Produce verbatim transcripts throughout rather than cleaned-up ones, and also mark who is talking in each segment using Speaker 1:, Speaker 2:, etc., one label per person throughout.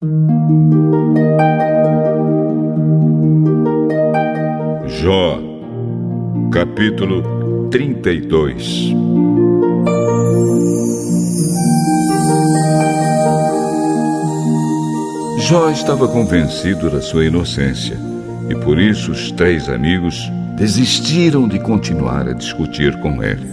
Speaker 1: Jó, capítulo trinta e dois. Jó estava convencido da sua inocência, e por isso os três amigos desistiram de continuar a discutir com ele.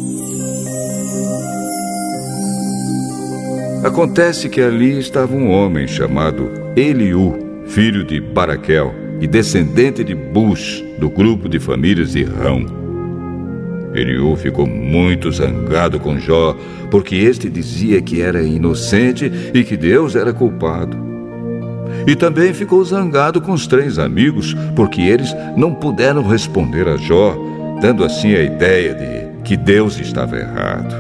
Speaker 1: Acontece que ali estava um homem chamado Eliú, filho de Baraquel e descendente de Bus, do grupo de famílias de Rão. Eliú ficou muito zangado com Jó, porque este dizia que era inocente e que Deus era culpado. E também ficou zangado com os três amigos, porque eles não puderam responder a Jó, dando assim a ideia de que Deus estava errado.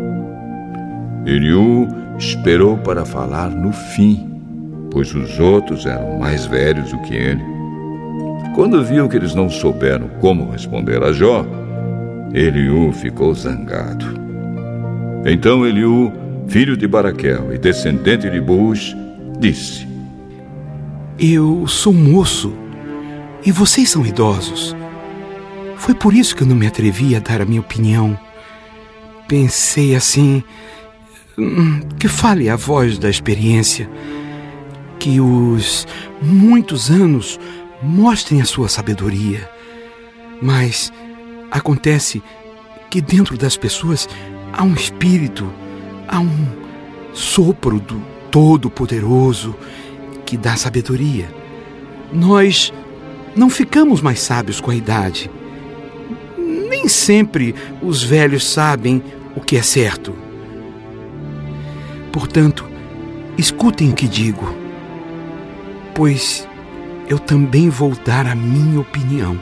Speaker 1: Eliú esperou para falar no fim, pois os outros eram mais velhos do que ele. Quando viu que eles não souberam como responder a Jó, Eliú ficou zangado. Então Eliú, filho de Baraquel e descendente de Bus, disse:
Speaker 2: Eu sou moço e vocês são idosos. Foi por isso que eu não me atrevi a dar a minha opinião. Pensei assim, que fale a voz da experiência, que os muitos anos mostrem a sua sabedoria. Mas acontece que dentro das pessoas há um espírito, há um sopro do Todo-Poderoso que dá sabedoria. Nós não ficamos mais sábios com a idade. Nem sempre os velhos sabem o que é certo. Portanto, escutem o que digo, pois eu também vou dar a minha opinião.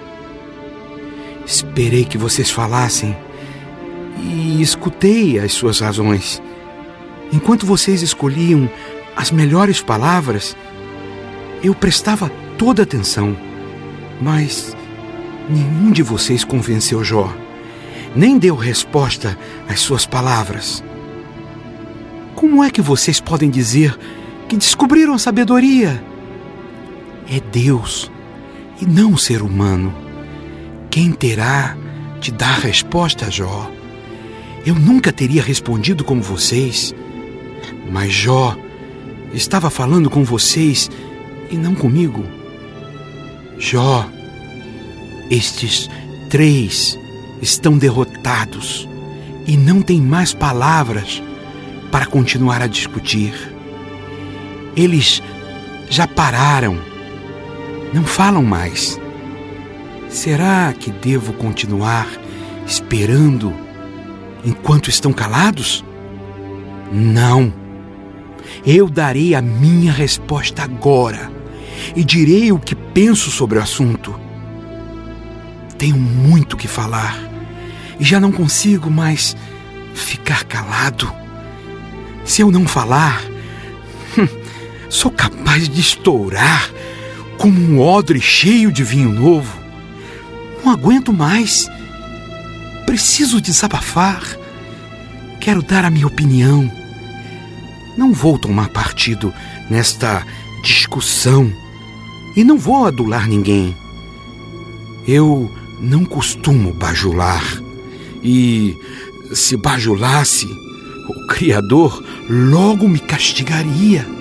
Speaker 2: Esperei que vocês falassem e escutei as suas razões. Enquanto vocês escolhiam as melhores palavras, eu prestava toda atenção, mas nenhum de vocês convenceu Jó, nem deu resposta às suas palavras. Como é que vocês podem dizer que descobriram a sabedoria? É Deus e não o ser humano quem terá de dar resposta a Jó. Eu nunca teria respondido como vocês, mas Jó estava falando com vocês e não comigo. Jó, estes três estão derrotados e não têm mais palavras para continuar a discutir. Eles já pararam, não falam mais. Será que devo continuar esperando enquanto estão calados? Não. Eu darei a minha resposta agora e direi o que penso sobre o assunto. Tenho muito que falar e já não consigo mais ficar calado. Se eu não falar, hum, sou capaz de estourar como um odre cheio de vinho novo. Não aguento mais. Preciso desabafar. Quero dar a minha opinião. Não vou tomar partido nesta discussão e não vou adular ninguém. Eu não costumo bajular. E se bajulasse, o Criador logo me castigaria.